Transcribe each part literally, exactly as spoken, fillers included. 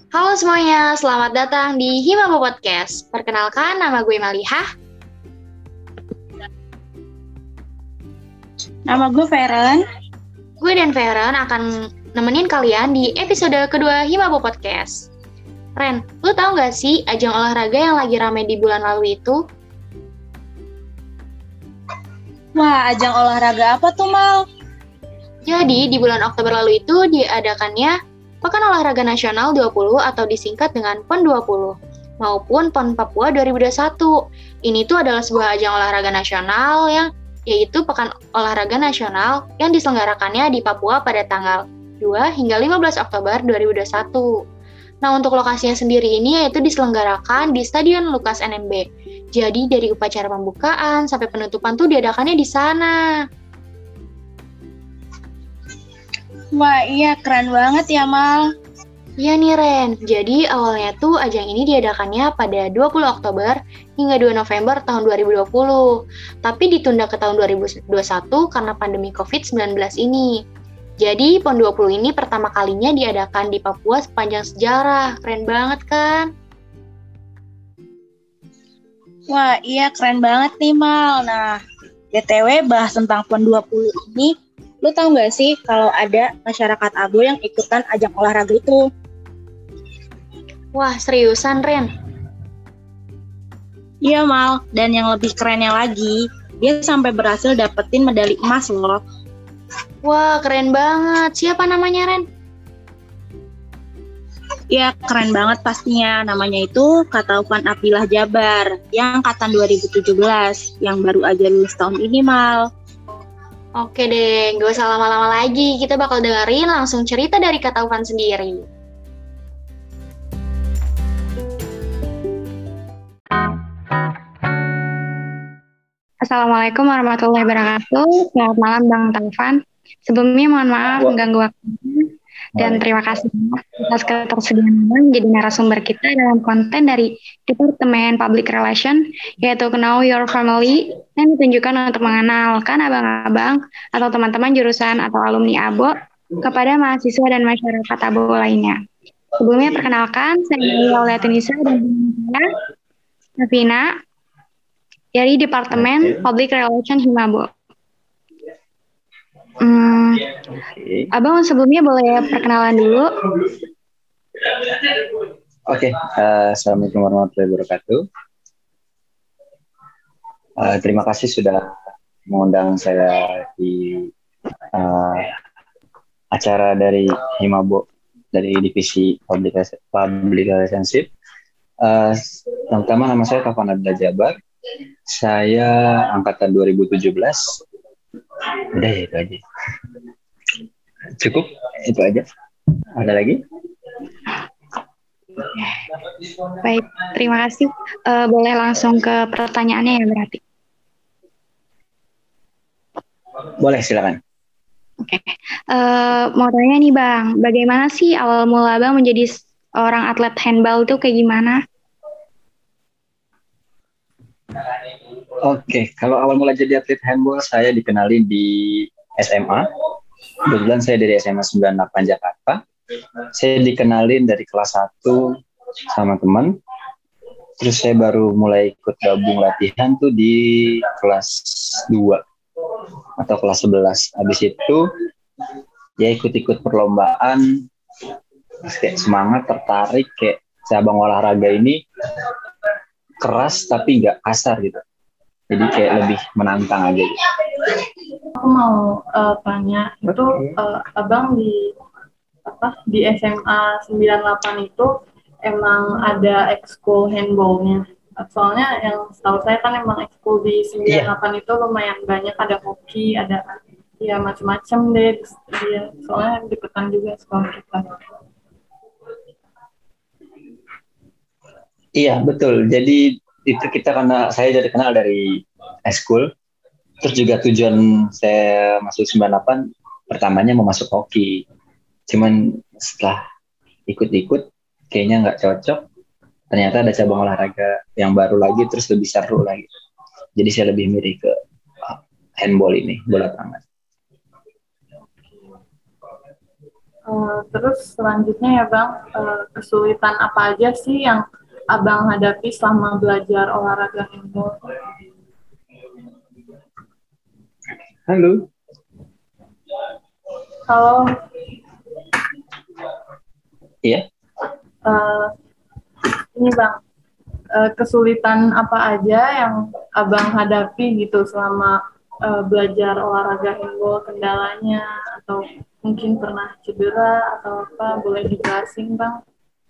Halo semuanya, selamat datang di Himaba Podcast. Perkenalkan, nama gue Malihah. Nama gue Feren. Gue dan Feren akan nemenin kalian di episode kedua Himaba Podcast. Ren, lu tahu gak sih ajang olahraga yang lagi ramai di bulan lalu itu? Wah, ajang olahraga apa tuh, Mal? Jadi, di bulan Oktober lalu itu diadakannya Pekan Olahraga Nasional dua puluh atau disingkat dengan P O N dua puluh maupun P O N Papua dua ribu dua puluh satu. Ini tuh adalah sebuah ajang olahraga nasional yang yaitu Pekan Olahraga Nasional yang diselenggarakannya di Papua pada tanggal dua hingga lima belas Oktober dua ribu dua puluh satu. Nah, untuk lokasinya sendiri ini yaitu diselenggarakan di Stadion Lukas N M B. Jadi dari upacara pembukaan sampai penutupan tuh diadakannya di sana. Wah, iya keren banget ya, Mal. Iya nih Ren, jadi awalnya tuh ajang ini diadakannya pada dua puluh Oktober hingga dua November tahun dua ribu dua puluh, tapi ditunda ke tahun dua ribu dua puluh satu karena pandemi covid sembilan belas ini. Jadi P O N dua puluh ini pertama kalinya diadakan di Papua sepanjang sejarah, keren banget kan? Wah, iya keren banget nih, Mal. Nah, B T W bahas tentang P O N dua puluh ini, lu tahu nggak sih kalau ada masyarakat Abo yang ikutan ajang olahraga itu? Wah, seriusan Ren? Iya, Mal. Dan yang lebih kerennya lagi, dia sampai berhasil dapetin medali emas loh. Wah, keren banget. Siapa namanya Ren? Iya, keren banget pastinya. Namanya itu Kak Taufan Abdillah Jabar, yang angkatan dua ribu tujuh belas, yang baru aja lulus tahun ini, Mal. Oke deh, gak usah lama-lama lagi. Kita bakal dengerin langsung cerita dari Kak Taufan sendiri. Assalamualaikum warahmatullahi wabarakatuh. Selamat malam Bang Taufan. Sebelumnya mohon maaf mengganggu waktunya dan terima kasih atas ketersediaan menjadi narasumber kita dalam konten dari Departemen Public Relation, yaitu Know Your Family, yang ditunjukkan untuk mengenalkan abang-abang atau teman-teman jurusan atau alumni A B O kepada mahasiswa dan masyarakat A B O lainnya. Sebelumnya perkenalkan, saya Aulia Tunisa dan saya Navina dari Departemen Public Relation Himabo. Hmm, Oke. Abang sebelumnya boleh perkenalan dulu. Oke, uh, Assalamualaikum warahmatullahi wabarakatuh. Uh, terima kasih sudah mengundang saya di uh, acara dari Himabo dari divisi Public, Public Relationship. Uh, pertama nama saya Taufan Abdillah Jabar. Saya angkatan dua ribu tujuh belas. Udah ya itu aja. Cukup itu aja. Ada lagi? Baik, terima kasih. Uh, boleh langsung ke pertanyaannya ya berarti. Boleh, silakan. Oke, uh, mau tanya nih Bang, bagaimana sih awal mula Bang menjadi seorang atlet handball itu kayak gimana? Oke, kalau awal mula jadi atlet handball saya dikenali di S M A. Kebetulan saya dari S M A sembilan puluh delapan Jakarta. Saya dikenalin dari kelas satu sama teman. Terus saya baru mulai ikut gabung latihan tuh di kelas dua atau kelas sebelas. Habis itu ya ikut-ikut perlombaan. Terus kayak semangat, tertarik kayak cabang olahraga ini keras tapi nggak kasar gitu. Jadi kayak lebih menantang aja gitu. Aku mau uh, tanya itu uh, abang di apa di S M A sembilan puluh delapan itu emang ada ekskul handballnya. Soalnya yang setahu saya kan emang ekskul di sembilan puluh delapan yeah. itu lumayan banyak, ada hoki, ada ya macam-macam deh. Dia soalnya deketan juga sekolah kita. Iya betul. Jadi itu kita karena saya jadi kenal dari eskul. Terus juga tujuan saya masuk sembilan puluh delapan pertamanya mau masuk hoki. Cuman setelah ikut-ikut kayaknya nggak cocok. Ternyata ada cabang olahraga yang baru lagi terus lebih seru lagi. Jadi saya lebih milih ke handball ini, bola tangan. Uh, Uh, terus selanjutnya ya Bang, uh, kesulitan apa aja sih yang Abang hadapi selama belajar olahraga handball? Halo. Halo. Iya. Uh, ini Bang, uh, kesulitan apa aja yang Abang hadapi gitu selama uh, belajar olahraga handball, kendalanya atau mungkin pernah cedera atau apa, boleh dijelasin Bang?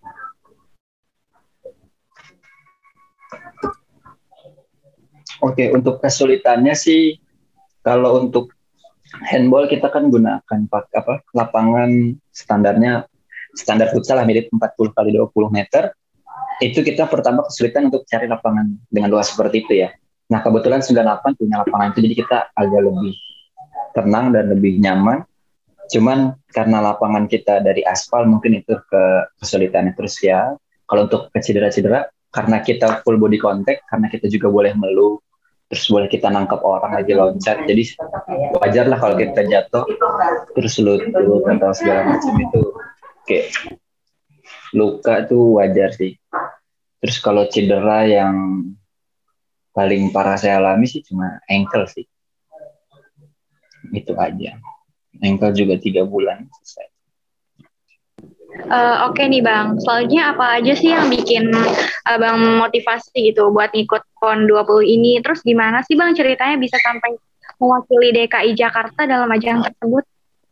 Oke, untuk kesulitannya sih, kalau untuk handball kita kan gunakan pak apa lapangan standarnya standar futsal lah, mirip empat puluh kali dua puluh meter. Itu kita pertama kesulitan untuk cari lapangan dengan luas seperti itu ya. Nah kebetulan sembilan puluh delapan punya lapangan itu, jadi kita agak lebih tenang dan lebih nyaman. Cuman karena lapangan kita dari aspal, mungkin itu ke kesulitannya. Terus ya, kalau untuk cedera-cedera, karena kita full body contact, karena kita juga boleh meluk, terus boleh kita nangkap orang lagi loncat, jadi wajar lah kalau kita jatuh, terus lutut atau segala macam itu kayak luka tuh wajar sih. Terus kalau cedera yang paling parah saya alami sih cuma ankle sih. Itu aja. Ankle juga tiga bulan selesai. Uh, Oke okay nih Bang, selanjutnya apa aja sih yang bikin Abang motivasi gitu buat ngikut PON dua puluh ini? Terus gimana sih Bang ceritanya bisa sampai mewakili D K I Jakarta dalam ajang tersebut?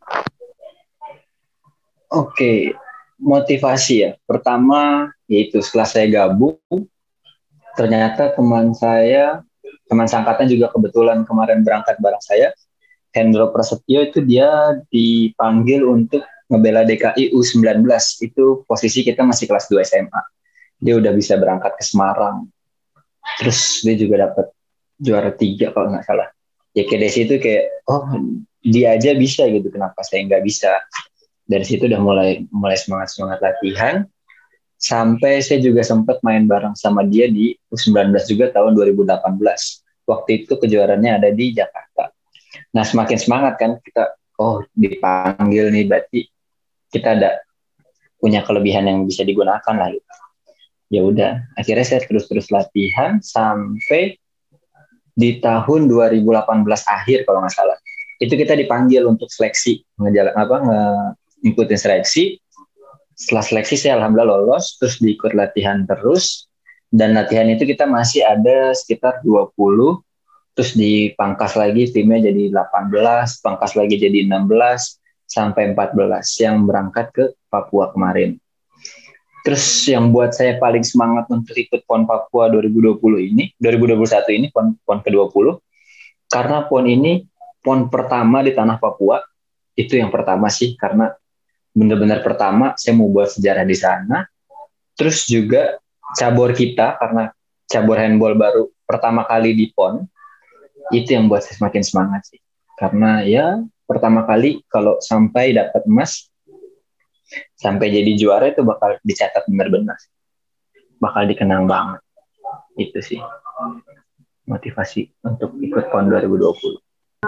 Oke, okay. Motivasi ya. Pertama yaitu setelah saya gabung, ternyata teman saya, teman seangkatan juga kebetulan kemarin berangkat bareng saya, Hendro Prasetyo itu dia dipanggil untuk ngebela D K I U sembilan belas. Itu posisi kita masih kelas dua S M A. Dia udah bisa berangkat ke Semarang. Terus dia juga dapat juara tiga kalau nggak salah. Ya kayak dari situ kayak, oh dia aja bisa gitu, kenapa saya nggak bisa. Dari situ udah mulai mulai semangat-semangat latihan. Sampai saya juga sempat main bareng sama dia di U sembilan belas juga tahun dua ribu delapan belas. Waktu itu kejuaraannya ada di Jakarta. Nah semakin semangat kan kita, oh dipanggil nih berarti kita ada punya kelebihan yang bisa digunakan lah gitu. Ya udah, akhirnya saya terus-terus latihan sampai di tahun dua ribu delapan belas akhir kalau nggak salah. Itu kita dipanggil untuk seleksi, ngejalan apa ngikutin seleksi. Setelah seleksi saya alhamdulillah lolos, terus diikut latihan terus. Dan latihan itu kita masih ada sekitar dua puluh. Terus dipangkas lagi timnya jadi delapan belas, pangkas lagi jadi enam belas, sampai empat belas yang berangkat ke Papua kemarin. Terus yang buat saya paling semangat untuk ikut PON Papua dua ribu dua puluh ini, dua ribu dua puluh satu ini, PON, PON ke dua puluh, karena PON ini PON pertama di tanah Papua, itu yang pertama sih, karena benar-benar pertama, saya mau buat sejarah di sana. Terus juga cabur kita, karena cabur handball baru pertama kali di PON, itu yang buat saya semakin semangat sih. Karena ya pertama kali kalau sampai dapat emas, sampai jadi juara itu bakal dicatat benar-benar. Bakal dikenang banget. Itu sih motivasi untuk ikut PON dua ribu dua puluh.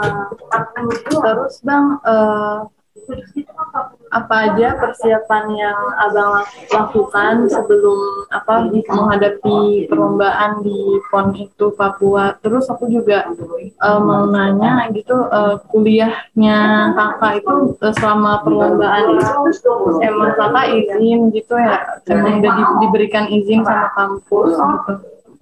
Uh, terus Bang, uh, apa aja persiapan yang Abang lakukan sebelum apa menghadapi perlombaan di PON itu Papua? Terus aku juga uh, mau nanya gitu, uh, kuliahnya kakak itu uh, selama perlombaan itu emang kakak izin gitu ya? Emang udah di, diberikan izin sama kampus gitu?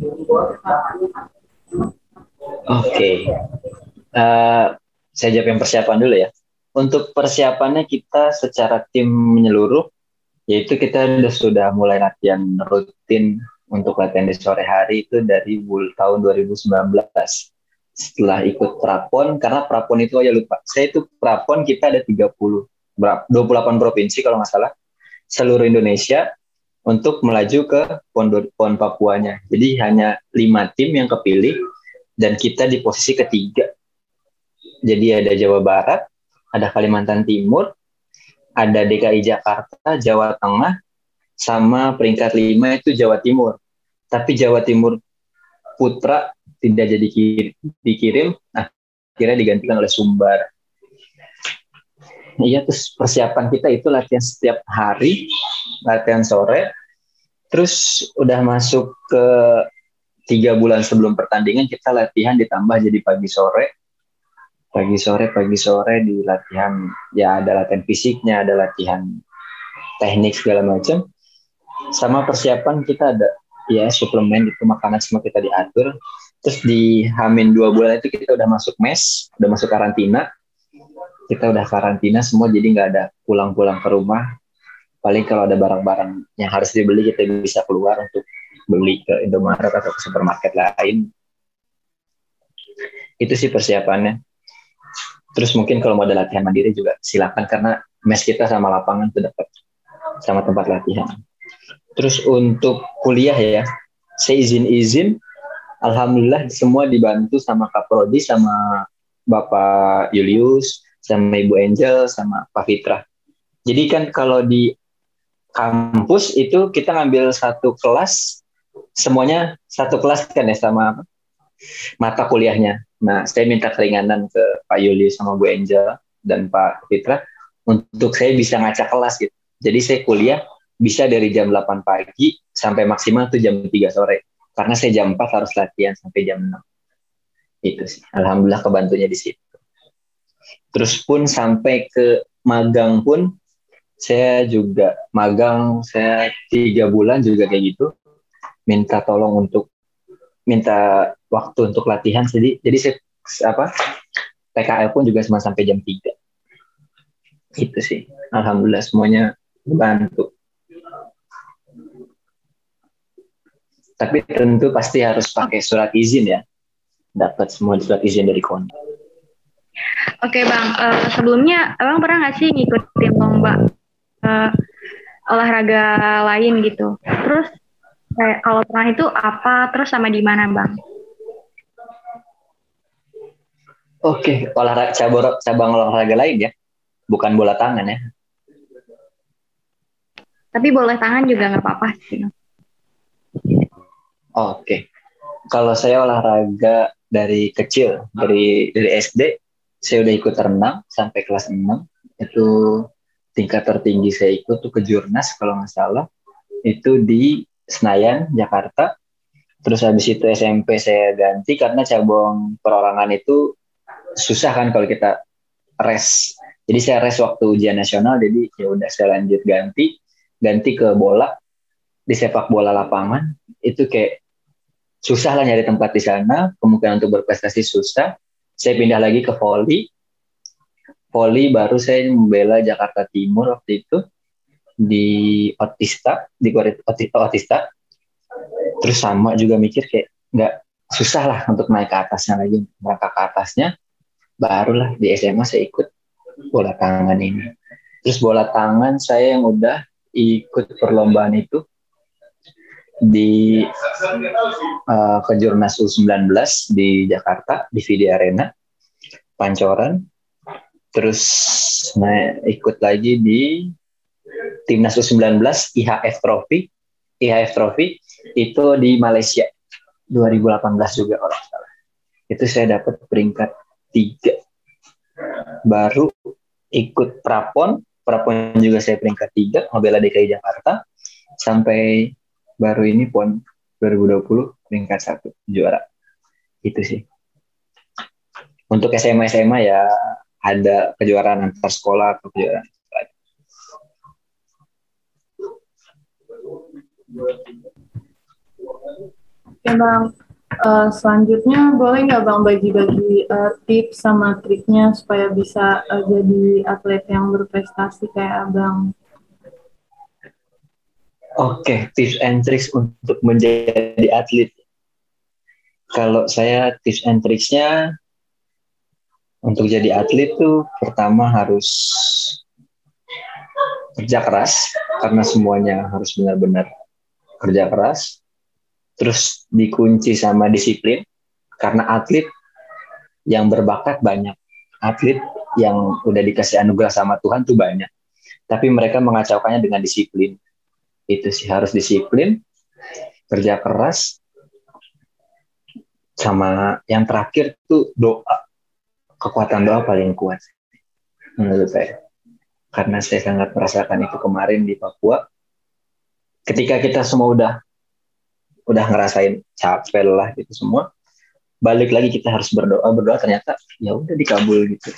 Oke, okay. uh, saya jawab yang persiapan dulu ya. Untuk persiapannya kita secara tim menyeluruh, yaitu kita sudah mulai latihan rutin untuk latihan di sore hari itu dari bul tahun dua ribu sembilan belas. Setelah ikut prapon, karena prapon itu aja lupa. Saya itu prapon kita ada tiga puluh, dua puluh delapan provinsi kalau nggak salah, seluruh Indonesia untuk melaju ke PON, PON Papuanya. Jadi hanya lima tim yang kepilih dan kita di posisi ketiga. Jadi ada Jawa Barat, ada Kalimantan Timur, ada D K I Jakarta, Jawa Tengah, sama peringkat lima itu Jawa Timur. Tapi Jawa Timur Putra tidak jadi dikirim, akhirnya digantikan oleh Sumbar. Iya, terus persiapan kita itu latihan setiap hari, latihan sore. Terus udah masuk ke tiga bulan sebelum pertandingan kita latihan ditambah jadi pagi sore, pagi sore, pagi sore di latihan. Ya ada latihan fisiknya, ada latihan teknik segala macam. Sama persiapan kita ada ya suplemen itu, makanan semua kita diatur. Terus di Hamin dua bulan itu kita udah masuk mes, udah masuk karantina. Kita udah karantina semua, jadi nggak ada pulang-pulang ke rumah. Paling kalau ada barang-barang yang harus dibeli kita bisa keluar untuk beli ke Indomaret atau ke supermarket lain. Itu sih persiapannya. Terus mungkin kalau mau ada latihan mandiri juga silakan, karena mes kita sama lapangan tuh dekat sama tempat latihan. Terus untuk kuliah ya, saya izin-izin, alhamdulillah semua dibantu sama Kak Prodi, sama Bapak Julius, sama Ibu Angel, sama Pak Fitra. Jadi kan kalau di kampus itu kita ngambil satu kelas, semuanya satu kelas kan ya sama mata kuliahnya. Nah, saya minta keringanan ke Pak Julius sama Bu Angel dan Pak Fitra untuk saya bisa ngacak kelas gitu. Jadi saya kuliah bisa dari jam delapan pagi sampai maksimal tuh jam tiga sore. Karena saya jam empat harus latihan sampai jam enam. Itu sih. Alhamdulillah kebantunya di situ. Terus pun sampai ke magang pun saya juga magang, saya tiga bulan juga kayak gitu. Minta tolong untuk minta waktu untuk latihan. Jadi jadi saya apa P K L pun juga cuma sampai jam tiga. Itu sih. Alhamdulillah semuanya bantu. Tapi tentu pasti harus pakai surat izin ya. Dapat semua surat izin dari K O N. Oke Bang, uh, sebelumnya Abang pernah nggak sih ngikutin lomba uh, olahraga lain gitu? Terus kayak kalau pernah itu apa? Terus sama di mana Bang? Oke, olahraga cabang, cabang olahraga lain ya, bukan bola tangan ya. Tapi bola tangan juga nggak apa-apa sih. Oke, kalau saya olahraga dari kecil, dari dari S D, saya udah ikut renang sampai kelas enam. Itu tingkat tertinggi saya ikut tuh kejurnas kalau nggak salah. Itu di Senayan, Jakarta. Terus habis itu S M P saya ganti karena cabang perorangan itu susah kan kalau kita res. Jadi saya res waktu ujian nasional, jadi ya udah saya lanjut ganti, ganti ke bola, di sepak bola lapangan. Itu kayak susah lah nyari tempat di sana, kemungkinan untuk berprestasi susah. Saya pindah lagi ke volley. Volley baru saya membela Jakarta Timur waktu itu di Otista, di Otista. Terus sama juga mikir kayak nggak susah lah untuk naik ke atasnya lagi, merangkak ke atasnya. Barulah di S M A saya ikut bola tangan ini. Terus bola tangan saya yang udah ikut perlombaan itu di uh, kejurnas U sembilan belas di Jakarta, di V D Arena, Pancoran. Terus nah, ikut lagi di Timnas U sembilan belas I H F Trophy. I H F Trophy itu di Malaysia dua ribu delapan belas juga orang salah. Itu saya dapat peringkat tiga. Baru ikut Prapon, Prapon juga saya peringkat tiga, membela D K I Jakarta. Sampai baru ini PON dua ribu dua puluh peringkat satu juara. Itu sih. Untuk S M A S M A ya ada kejuaraan antar sekolah atau kejuaraan lain. Oke Bang, uh, selanjutnya boleh nggak Bang bagi-bagi uh, tips sama triknya supaya bisa uh, jadi atlet yang berprestasi kayak Abang? Oke, tips and tricks untuk menjadi atlet. Kalau saya tips and tricksnya untuk jadi atlet tuh pertama harus kerja keras, karena semuanya harus benar-benar kerja keras. Terus dikunci sama disiplin, karena atlet yang berbakat banyak. Atlet yang udah dikasih anugerah sama Tuhan tuh banyak. Tapi mereka mengacaukannya dengan disiplin. Itu sih, harus disiplin, kerja keras, sama yang terakhir tuh doa. Kekuatan doa paling kuat menurut saya. karena saya sangat merasakan itu kemarin di Papua. Ketika kita semua udah udah ngerasain capek lah gitu semua, balik lagi kita harus berdoa berdoa ternyata ya udah dikabul gitu.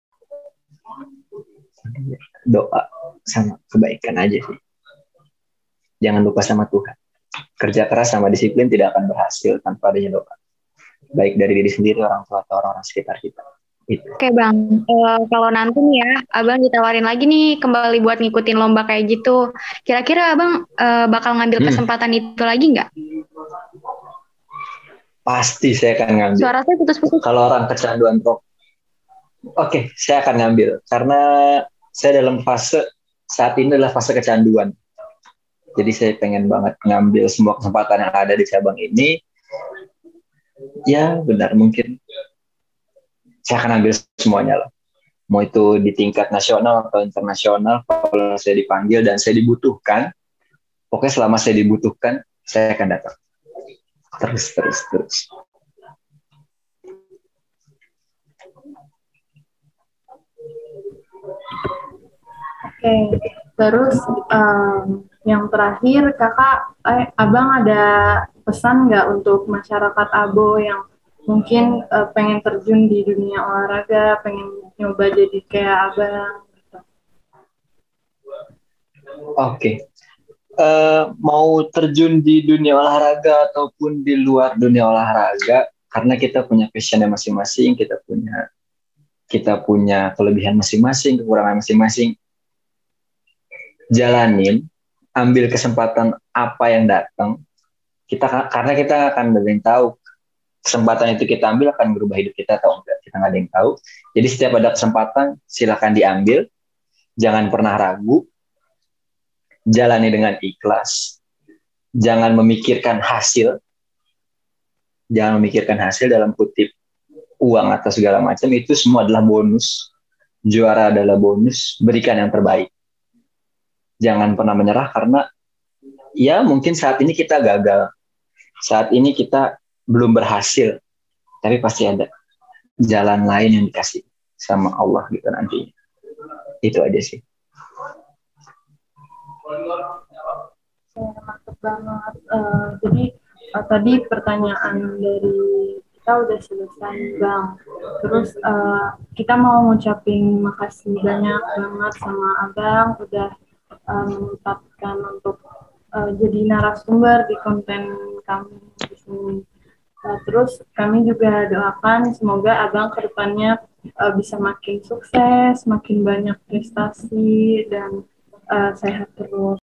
Doa sama kebaikan aja sih. Jangan lupa sama Tuhan. Kerja keras sama disiplin tidak akan berhasil tanpa adanya doa. Baik dari diri sendiri, orang tua atau orang-orang sekitar kita. Itu. Oke Bang, uh, kalau nanti nih ya, Abang ditawarin lagi nih kembali buat ngikutin lomba kayak gitu. Kira-kira Abang uh, bakal ngambil hmm. kesempatan itu lagi nggak? Pasti saya akan ngambil. Suara saya putus-putus. Kalau orang kecanduan rock, oke, okay, saya akan ngambil. Karena saya dalam fase, saat ini adalah fase kecanduan. Jadi saya pengen banget ngambil semua kesempatan yang ada di cabang ini. Ya benar, mungkin saya akan ambil semuanya lah. Mau itu di tingkat nasional atau internasional, kalau saya dipanggil dan saya dibutuhkan, pokoknya selama saya dibutuhkan, saya akan datang. Terus, terus, terus. Oke, terus um, yang terakhir, kakak, eh, abang ada pesan nggak untuk masyarakat Abo yang mungkin uh, pengen terjun di dunia olahraga, pengen nyoba jadi kayak abang gitu. Oke, okay. uh, mau terjun di dunia olahraga ataupun di luar dunia olahraga, karena kita punya passionnya masing-masing, kita punya kita punya kelebihan masing-masing, kekurangan masing-masing. Jalanin, ambil kesempatan apa yang datang. Kita karena kita akan ada yang tahu. Kesempatan itu kita ambil akan berubah hidup kita atau enggak, kita nggak ada yang tahu. Jadi setiap ada kesempatan silakan diambil, jangan pernah ragu, jalani dengan ikhlas, jangan memikirkan hasil, jangan memikirkan hasil dalam kutip uang atau segala macam, itu semua adalah bonus. Juara adalah bonus, berikan yang terbaik. Jangan pernah menyerah karena ya mungkin saat ini kita gagal, saat ini kita belum berhasil, tapi pasti ada jalan lain yang dikasih sama Allah gitu nantinya. Itu aja sih. Mantap banget. Uh, jadi uh, tadi pertanyaan dari kita udah selesai Bang. Terus uh, kita mau ngucapin makasih banyak banget sama Abang udah uh, menetapkan untuk uh, jadi narasumber di konten kami di sini. Uh, terus kami juga doakan semoga Abang ke depannya uh, bisa makin sukses, makin banyak prestasi, dan uh, sehat terus.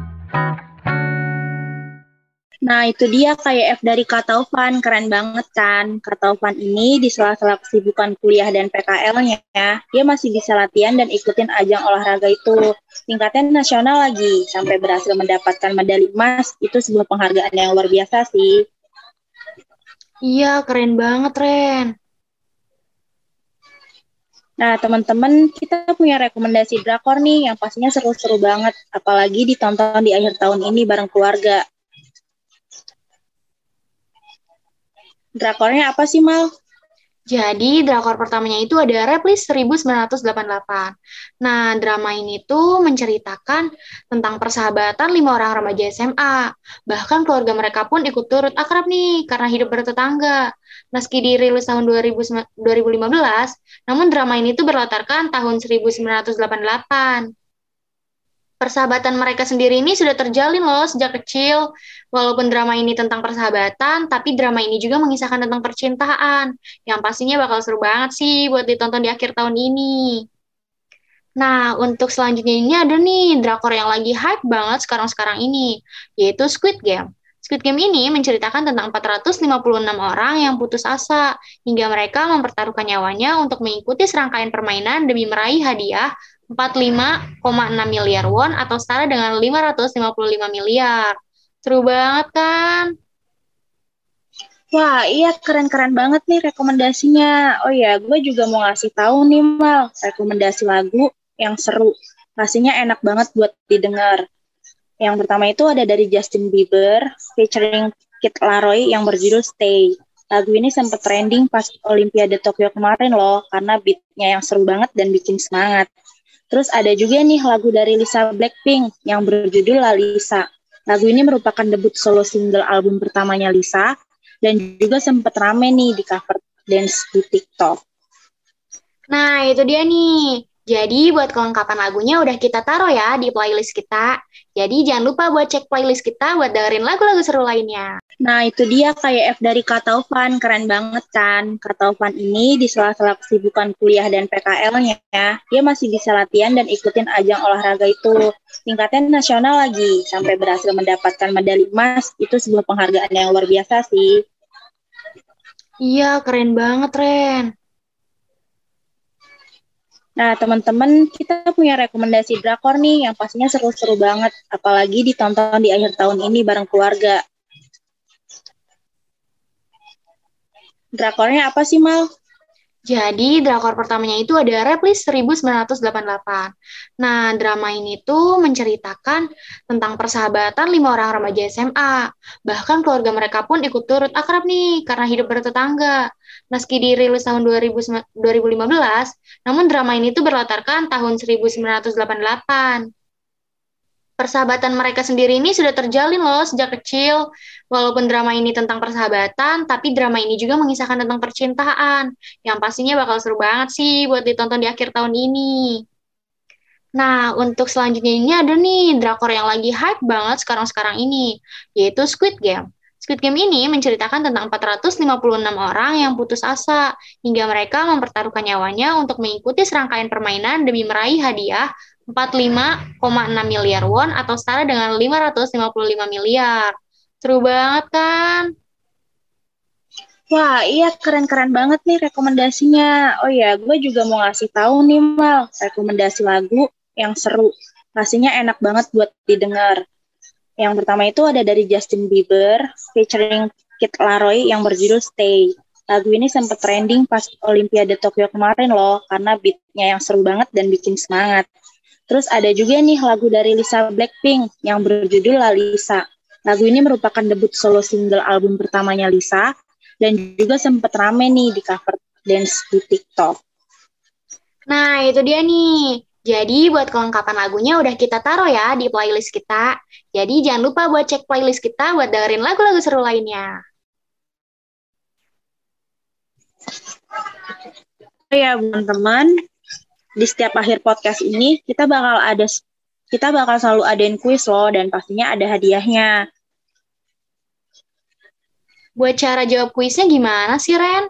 Nah itu dia K Y F dari Kak Taufan, keren banget kan. Kak Taufan ini di sela-sela kesibukan kuliah dan P K L-nya, dia masih bisa latihan dan ikutin ajang olahraga itu. Tingkatnya nasional lagi, sampai berhasil mendapatkan medali emas, itu sebuah penghargaan yang luar biasa sih. Iya, keren banget, Ren. Nah, teman-teman, kita punya rekomendasi drakor nih yang pastinya seru-seru banget, apalagi ditonton di akhir tahun ini bareng keluarga. Drakornya apa sih, Mal? Jadi, drakor pertamanya itu ada Replis seribu sembilan ratus delapan puluh delapan. Nah, drama ini tuh menceritakan tentang persahabatan lima orang remaja S M A. Bahkan keluarga mereka pun ikut turut akrab nih, karena hidup bertetangga. Meski dirilis tahun dua ribu lima belas, namun drama ini tuh berlatarkan tahun seribu sembilan ratus delapan puluh delapan. Persahabatan mereka sendiri ini sudah terjalin loh sejak kecil. Walaupun drama ini tentang persahabatan, tapi drama ini juga mengisahkan tentang percintaan. Yang pastinya bakal seru banget sih buat ditonton di akhir tahun ini. Nah, untuk selanjutnya ini ada nih drakor yang lagi hype banget sekarang-sekarang ini, yaitu Squid Game. Squid Game ini menceritakan tentang empat ratus lima puluh enam orang yang putus asa, hingga mereka mempertaruhkan nyawanya untuk mengikuti serangkaian permainan demi meraih hadiah empat puluh lima koma enam miliar won atau setara dengan lima ratus lima puluh lima miliar. Seru banget kan? Wah, iya keren-keren banget nih rekomendasinya. Oh iya, gue juga mau ngasih tahu nih Mal, rekomendasi lagu yang seru. Pastinya enak banget buat didengar. Yang pertama itu ada dari Justin Bieber featuring Kid Laroi yang berjudul Stay. Lagu ini sempat trending pas Olimpiade Tokyo kemarin loh, karena beat-nya yang seru banget dan bikin semangat. Terus ada juga nih lagu dari Lisa Blackpink yang berjudul Lalisa. Lagu ini merupakan debut solo single album pertamanya Lisa dan juga sempat rame nih di cover dance di TikTok. Nah, itu dia nih. Jadi buat kelengkapan lagunya udah kita taruh ya di playlist kita. Jadi jangan lupa buat cek playlist kita buat dengerin lagu-lagu seru lainnya. Nah, itu dia K Y F dari Kak Taufan. Keren banget kan? Kak Taufan ini di sela-sela kesibukan kuliah dan P K L-nya, dia masih bisa latihan dan ikutin ajang olahraga itu. Tingkatnya nasional lagi, sampai berhasil mendapatkan medali emas. Itu sebuah penghargaan yang luar biasa sih. Iya, keren banget, Ren. Nah, teman-teman, kita punya rekomendasi drakor nih yang pastinya seru-seru banget, apalagi ditonton di akhir tahun ini bareng keluarga. Drakornya apa sih, Mal? Jadi, drakor pertamanya itu ada Replist seribu sembilan ratus delapan puluh delapan. Nah, drama ini tuh menceritakan tentang persahabatan lima orang remaja S M A. Bahkan keluarga mereka pun ikut turut akrab nih, karena hidup bertetangga. Meski dirilis tahun dua ribu, dua ribu lima belas, namun drama ini tuh berlatarkan tahun seribu sembilan ratus delapan puluh delapan. Persahabatan mereka sendiri ini sudah terjalin loh sejak kecil. Walaupun drama ini tentang persahabatan, tapi drama ini juga mengisahkan tentang percintaan. Yang pastinya bakal seru banget sih buat ditonton di akhir tahun ini. Nah, untuk selanjutnya ini ada nih drakor yang lagi hype banget sekarang-sekarang ini, yaitu Squid Game. Squid Game ini menceritakan tentang empat ratus lima puluh enam orang yang putus asa, hingga mereka mempertaruhkan nyawanya untuk mengikuti serangkaian permainan demi meraih hadiah empat puluh lima koma enam miliar won atau setara dengan lima ratus lima puluh lima miliar. Seru banget kan? Wah, iya keren-keren banget nih rekomendasinya. Oh ya, gue juga mau ngasih tahu nih, Mal, rekomendasi lagu yang seru. Pastinya enak banget buat didengar. Yang pertama itu ada dari Justin Bieber featuring Kid Laroi yang berjudul Stay. Lagu ini sempat trending pas Olimpiade Tokyo kemarin loh, karena beat-nya yang seru banget dan bikin semangat. Terus ada juga nih lagu dari Lisa Blackpink yang berjudul Lalisa. Lagu ini merupakan debut solo single album pertamanya Lisa dan juga sempat rame nih di cover dance di TikTok. Nah, itu dia nih. Jadi buat kelengkapan lagunya udah kita taruh ya di playlist kita. Jadi jangan lupa buat cek playlist kita buat dengerin lagu-lagu seru lainnya. Oh ya, teman-teman, di setiap akhir podcast ini kita bakal ada kita bakal selalu adain kuis loh dan pastinya ada hadiahnya. Buat cara jawab kuisnya gimana sih, Ren?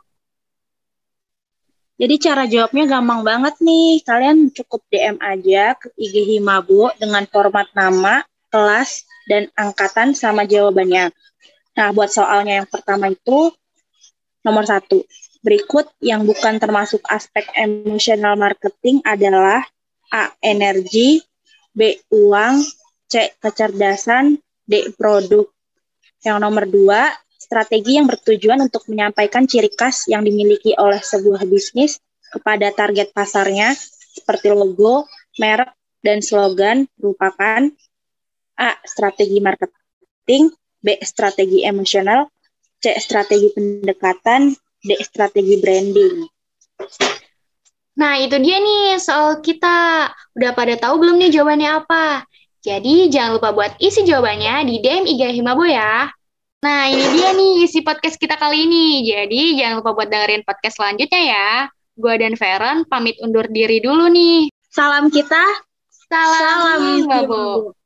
Jadi cara jawabnya gampang banget nih. Kalian cukup D M aja ke I G Himabo dengan format nama, kelas, dan angkatan sama jawabannya. Nah, buat soalnya yang pertama itu nomor satu. Berikut yang bukan termasuk aspek emotional marketing adalah A. Energi, B. Uang, C. Kecerdasan, D. Produk. Yang nomor dua, strategi yang bertujuan untuk menyampaikan ciri khas yang dimiliki oleh sebuah bisnis kepada target pasarnya, seperti logo, merek, dan slogan merupakan A. Strategi marketing, B. Strategi emosional, C. Strategi pendekatan, D. Strategi branding. Nah, itu dia nih soal kita. Udah pada tahu belum nih jawabannya apa? Jadi, jangan lupa buat isi jawabannya di D M I G Himabo ya. Nah, ini dia nih isi podcast kita kali ini. Jadi, jangan lupa buat dengerin podcast selanjutnya ya. Gua dan Feren pamit undur diri dulu nih. Salam kita. Salam, Salam Himabo.